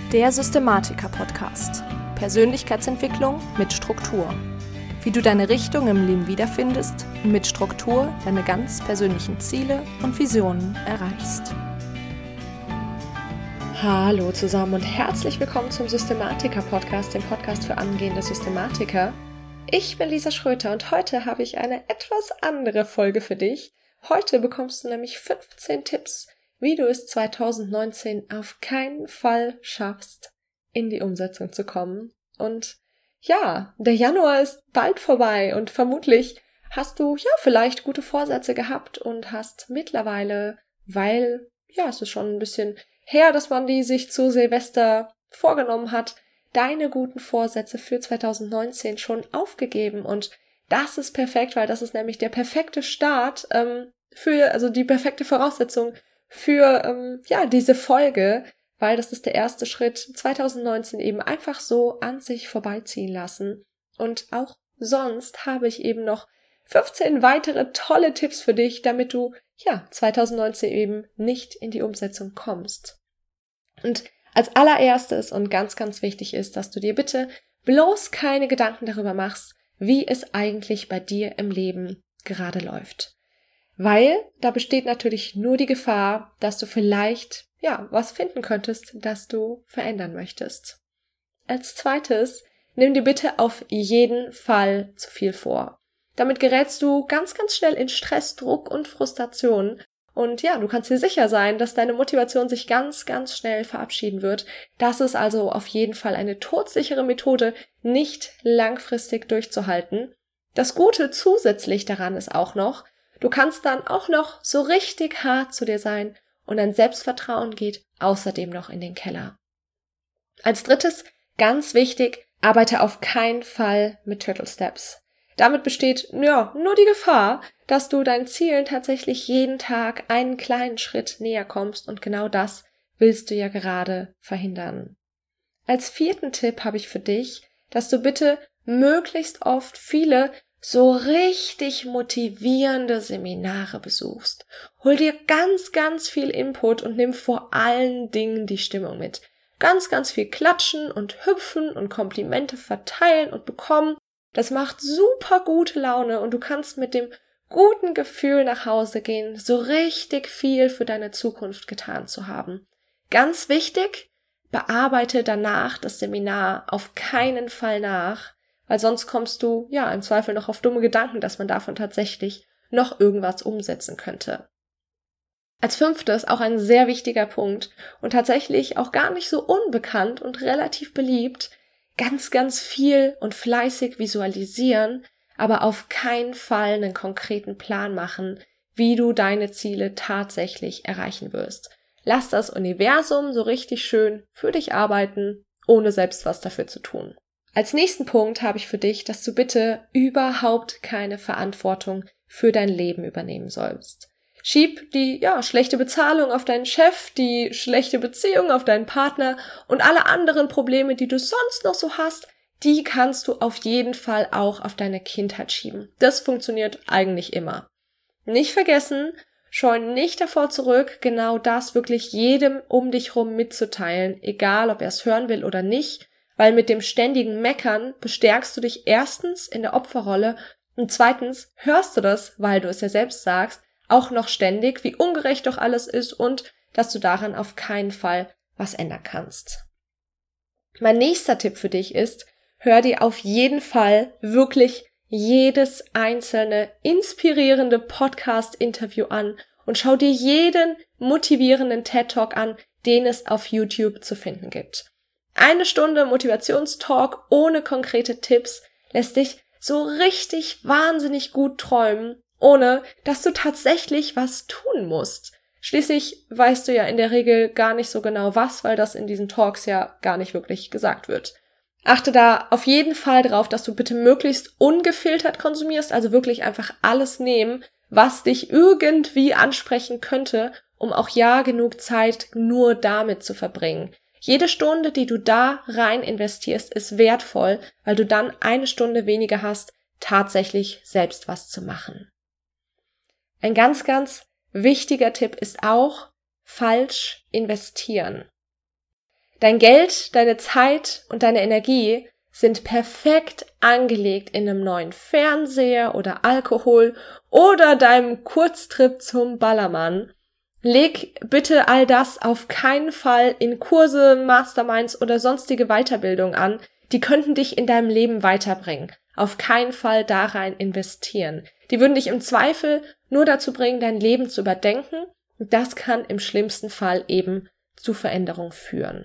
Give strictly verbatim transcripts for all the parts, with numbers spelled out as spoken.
Der Systematiker-Podcast. Persönlichkeitsentwicklung mit Struktur. Wie du deine Richtung im Leben wiederfindest und mit Struktur deine ganz persönlichen Ziele und Visionen erreichst. Hallo zusammen und herzlich willkommen zum Systematiker-Podcast, dem Podcast für angehende Systematiker. Ich bin Lisa Schröter und heute habe ich eine etwas andere Folge für dich. Heute bekommst du nämlich fünfzehn Tipps, wie du es zwanzig neunzehn auf keinen Fall schaffst, in die Umsetzung zu kommen. Und ja, der Januar ist bald vorbei und vermutlich hast du ja vielleicht gute Vorsätze gehabt und hast mittlerweile, weil ja, es ist schon ein bisschen her, dass man die sich zu Silvester vorgenommen hat, deine guten Vorsätze für zwanzig neunzehn schon aufgegeben. Und das ist perfekt, weil das ist nämlich der perfekte Start ähm, für, also die perfekte Voraussetzung für ähm, ja diese Folge, weil das ist der erste Schritt, zwanzig neunzehn eben einfach so an sich vorbeiziehen lassen. Und auch sonst habe ich eben noch fünfzehn weitere tolle Tipps für dich, damit du ja zwanzig neunzehn eben nicht in die Umsetzung kommst. Und als allererstes und ganz, ganz wichtig ist, dass du dir bitte bloß keine Gedanken darüber machst, wie es eigentlich bei dir im Leben gerade läuft. Weil da besteht natürlich nur die Gefahr, dass du vielleicht, ja, was finden könntest, das du verändern möchtest. Als zweites, nimm dir bitte auf jeden Fall zu viel vor. Damit gerätst du ganz, ganz schnell in Stress, Druck und Frustration. Und ja, du kannst dir sicher sein, dass deine Motivation sich ganz, ganz schnell verabschieden wird. Das ist also auf jeden Fall eine todsichere Methode, nicht langfristig durchzuhalten. Das Gute zusätzlich daran ist auch noch, du kannst dann auch noch so richtig hart zu dir sein und dein Selbstvertrauen geht außerdem noch in den Keller. Als drittes, ganz wichtig, arbeite auf keinen Fall mit Turtle Steps. Damit besteht ja nur die Gefahr, dass du deinen Zielen tatsächlich jeden Tag einen kleinen Schritt näher kommst und genau das willst du ja gerade verhindern. Als vierten Tipp habe ich für dich, dass du bitte möglichst oft viele so richtig motivierende Seminare besuchst. Hol dir ganz, ganz viel Input und nimm vor allen Dingen die Stimmung mit. Ganz, ganz viel klatschen und hüpfen und Komplimente verteilen und bekommen. Das macht super gute Laune und du kannst mit dem guten Gefühl nach Hause gehen, so richtig viel für deine Zukunft getan zu haben. Ganz wichtig, bearbeite danach das Seminar auf keinen Fall nach, weil sonst kommst du, ja, im Zweifel noch auf dumme Gedanken, dass man davon tatsächlich noch irgendwas umsetzen könnte. Als fünftes, auch ein sehr wichtiger Punkt und tatsächlich auch gar nicht so unbekannt und relativ beliebt, ganz, ganz viel und fleißig visualisieren, aber auf keinen Fall einen konkreten Plan machen, wie du deine Ziele tatsächlich erreichen wirst. Lass das Universum so richtig schön für dich arbeiten, ohne selbst was dafür zu tun. Als nächsten Punkt habe ich für dich, dass du bitte überhaupt keine Verantwortung für dein Leben übernehmen sollst. Schieb die, ja, schlechte Bezahlung auf deinen Chef, die schlechte Beziehung auf deinen Partner und alle anderen Probleme, die du sonst noch so hast, die kannst du auf jeden Fall auch auf deine Kindheit schieben. Das funktioniert eigentlich immer. Nicht vergessen, scheuen nicht davor zurück, genau das wirklich jedem um dich rum mitzuteilen, egal ob er es hören will oder nicht, weil mit dem ständigen Meckern bestärkst du dich erstens in der Opferrolle und zweitens hörst du das, weil du es ja selbst sagst, auch noch ständig, wie ungerecht doch alles ist und dass du daran auf keinen Fall was ändern kannst. Mein nächster Tipp für dich ist, hör dir auf jeden Fall wirklich jedes einzelne inspirierende Podcast-Interview an und schau dir jeden motivierenden TED-Talk an, den es auf YouTube zu finden gibt. Eine Stunde Motivationstalk ohne konkrete Tipps lässt dich so richtig wahnsinnig gut träumen, ohne dass du tatsächlich was tun musst. Schließlich weißt du ja in der Regel gar nicht so genau was, weil das in diesen Talks ja gar nicht wirklich gesagt wird. Achte da auf jeden Fall drauf, dass du bitte möglichst ungefiltert konsumierst, also wirklich einfach alles nehmen, was dich irgendwie ansprechen könnte, um auch ja genug Zeit nur damit zu verbringen. Jede Stunde, die du da rein investierst, ist wertvoll, weil du dann eine Stunde weniger hast, tatsächlich selbst was zu machen. Ein ganz, ganz wichtiger Tipp ist auch falsch investieren. Dein Geld, deine Zeit und deine Energie sind perfekt angelegt in einem neuen Fernseher oder Alkohol oder deinem Kurztrip zum Ballermann. Leg bitte all das auf keinen Fall in Kurse, Masterminds oder sonstige Weiterbildung an. Die könnten dich in deinem Leben weiterbringen. Auf keinen Fall da rein investieren. Die würden dich im Zweifel nur dazu bringen, dein Leben zu überdenken. Und das kann im schlimmsten Fall eben zu Veränderung führen.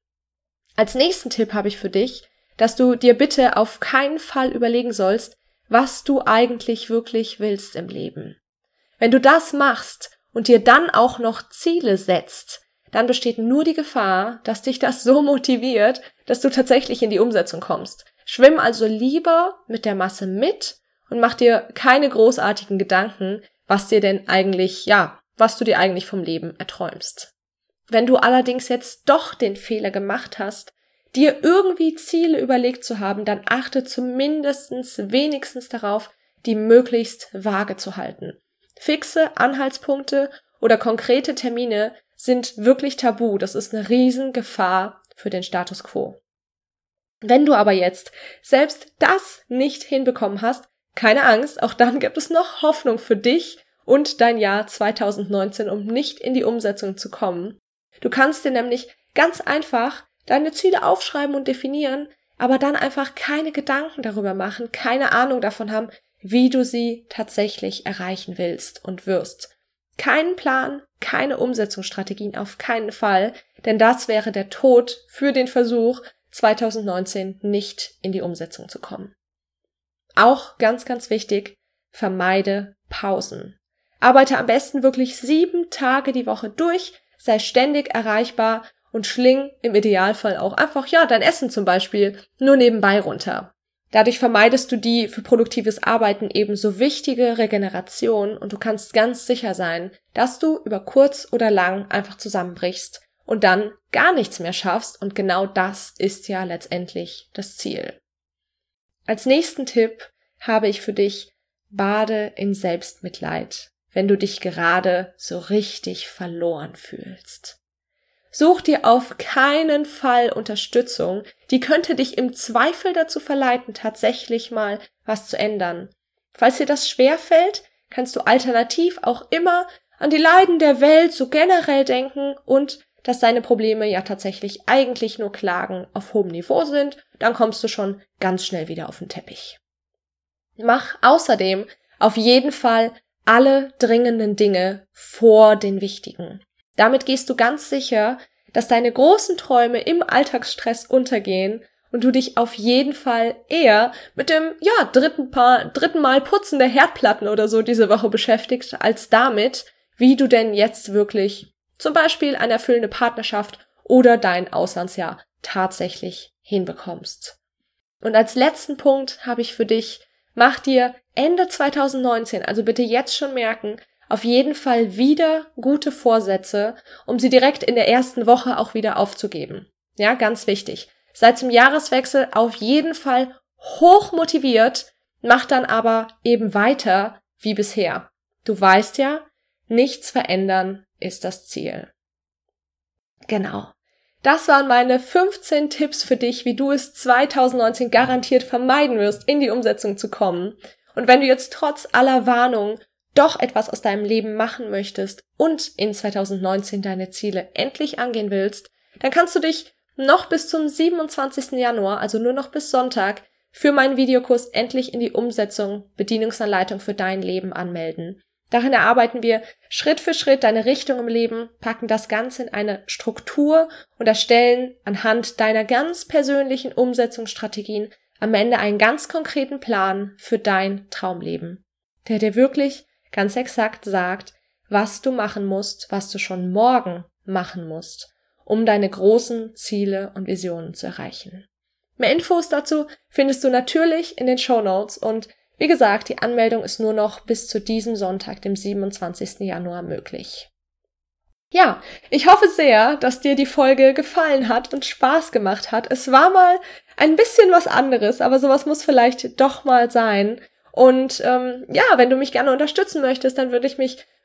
Als nächsten Tipp habe ich für dich, dass du dir bitte auf keinen Fall überlegen sollst, was du eigentlich wirklich willst im Leben. Wenn du das machst und dir dann auch noch Ziele setzt, dann besteht nur die Gefahr, dass dich das so motiviert, dass du tatsächlich in die Umsetzung kommst. Schwimm also lieber mit der Masse mit und mach dir keine großartigen Gedanken, was dir denn eigentlich, ja, was du dir eigentlich vom Leben erträumst. Wenn du allerdings jetzt doch den Fehler gemacht hast, dir irgendwie Ziele überlegt zu haben, dann achte zumindest wenigstens darauf, die möglichst vage zu halten. Fixe Anhaltspunkte oder konkrete Termine sind wirklich tabu. Das ist eine Riesengefahr für den Status quo. Wenn du aber jetzt selbst das nicht hinbekommen hast, keine Angst, auch dann gibt es noch Hoffnung für dich und dein Jahr zwanzig neunzehn, um nicht in die Umsetzung zu kommen. Du kannst dir nämlich ganz einfach deine Ziele aufschreiben und definieren, aber dann einfach keine Gedanken darüber machen, keine Ahnung davon haben, wie du sie tatsächlich erreichen willst und wirst. Keinen Plan, keine Umsetzungsstrategien, auf keinen Fall, denn das wäre der Tod für den Versuch, zwanzig neunzehn nicht in die Umsetzung zu kommen. Auch ganz, ganz wichtig, vermeide Pausen. Arbeite am besten wirklich sieben Tage die Woche durch, sei ständig erreichbar und schling im Idealfall auch einfach, ja, dein Essen zum Beispiel nur nebenbei runter. Dadurch vermeidest du die für produktives Arbeiten ebenso wichtige Regeneration und du kannst ganz sicher sein, dass du über kurz oder lang einfach zusammenbrichst und dann gar nichts mehr schaffst und genau das ist ja letztendlich das Ziel. Als nächsten Tipp habe ich für dich: Bade in Selbstmitleid, wenn du dich gerade so richtig verloren fühlst. Such dir auf keinen Fall Unterstützung, die könnte dich im Zweifel dazu verleiten, tatsächlich mal was zu ändern. Falls dir das schwerfällt, kannst du alternativ auch immer an die Leiden der Welt so generell denken und dass deine Probleme ja tatsächlich eigentlich nur Klagen auf hohem Niveau sind, dann kommst du schon ganz schnell wieder auf den Teppich. Mach außerdem auf jeden Fall alle dringenden Dinge vor den wichtigen. Damit gehst du ganz sicher, dass deine großen Träume im Alltagsstress untergehen und du dich auf jeden Fall eher mit dem, ja, dritten, Paar, dritten Mal Putzen der Herdplatten oder so diese Woche beschäftigst, als damit, wie du denn jetzt wirklich zum Beispiel eine erfüllende Partnerschaft oder dein Auslandsjahr tatsächlich hinbekommst. Und als letzten Punkt habe ich für dich: Mach dir Ende zwanzig neunzehn, also bitte jetzt schon merken, auf jeden Fall wieder gute Vorsätze, um sie direkt in der ersten Woche auch wieder aufzugeben. Ja, ganz wichtig. Sei zum Jahreswechsel auf jeden Fall hoch motiviert, mach dann aber eben weiter wie bisher. Du weißt ja, nichts verändern ist das Ziel. Genau. Das waren meine fünfzehn Tipps für dich, wie du es zwanzig neunzehn garantiert vermeiden wirst, in die Umsetzung zu kommen. Und wenn du jetzt trotz aller Warnungen doch etwas aus deinem Leben machen möchtest und in zwanzig neunzehn deine Ziele endlich angehen willst, dann kannst du dich noch bis zum siebenundzwanzigsten Januar, also nur noch bis Sonntag, für meinen Videokurs Endlich in die Umsetzung, Bedienungsanleitung für dein Leben anmelden. Darin erarbeiten wir Schritt für Schritt deine Richtung im Leben, packen das Ganze in eine Struktur und erstellen anhand deiner ganz persönlichen Umsetzungsstrategien am Ende einen ganz konkreten Plan für dein Traumleben, der dir wirklich ganz exakt sagt, was du machen musst, was du schon morgen machen musst, um deine großen Ziele und Visionen zu erreichen. Mehr Infos dazu findest du natürlich in den Shownotes und wie gesagt, die Anmeldung ist nur noch bis zu diesem Sonntag, dem siebenundzwanzigsten Januar möglich. Ja, ich hoffe sehr, dass dir die Folge gefallen hat und Spaß gemacht hat. Es war mal ein bisschen was anderes, aber sowas muss vielleicht doch mal sein. Und ähm, ja, wenn du mich gerne unterstützen möchtest, dann würde ich mich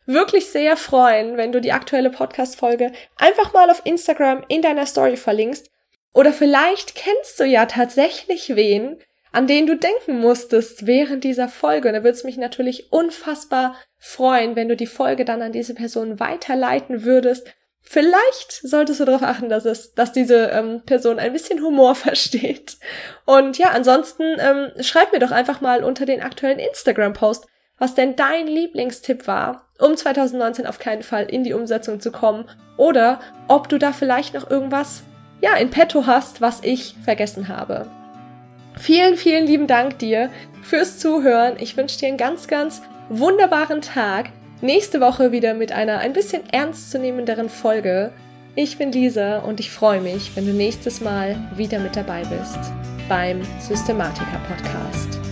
wirklich sehr freuen, wenn du die aktuelle Podcast-Folge einfach mal auf Instagram in deiner Story verlinkst. Oder vielleicht kennst du ja tatsächlich wen, an den du denken musstest während dieser Folge. Und da würde es mich natürlich unfassbar freuen, wenn du die Folge dann an diese Person weiterleiten würdest. Vielleicht solltest du darauf achten, dass es, dass diese ähm, Person ein bisschen Humor versteht. Und ja, ansonsten ähm, schreib mir doch einfach mal unter den aktuellen Instagram-Post, was denn dein Lieblingstipp war, um zwanzig neunzehn auf keinen Fall in die Umsetzung zu kommen. Oder ob du da vielleicht noch irgendwas, ja, in petto hast, was ich vergessen habe. Vielen, vielen lieben Dank dir fürs Zuhören. Ich wünsche dir einen ganz, ganz wunderbaren Tag. Nächste Woche wieder mit einer ein bisschen ernstzunehmenderen Folge. Ich bin Lisa und ich freue mich, wenn du nächstes Mal wieder mit dabei bist beim Systematiker Podcast.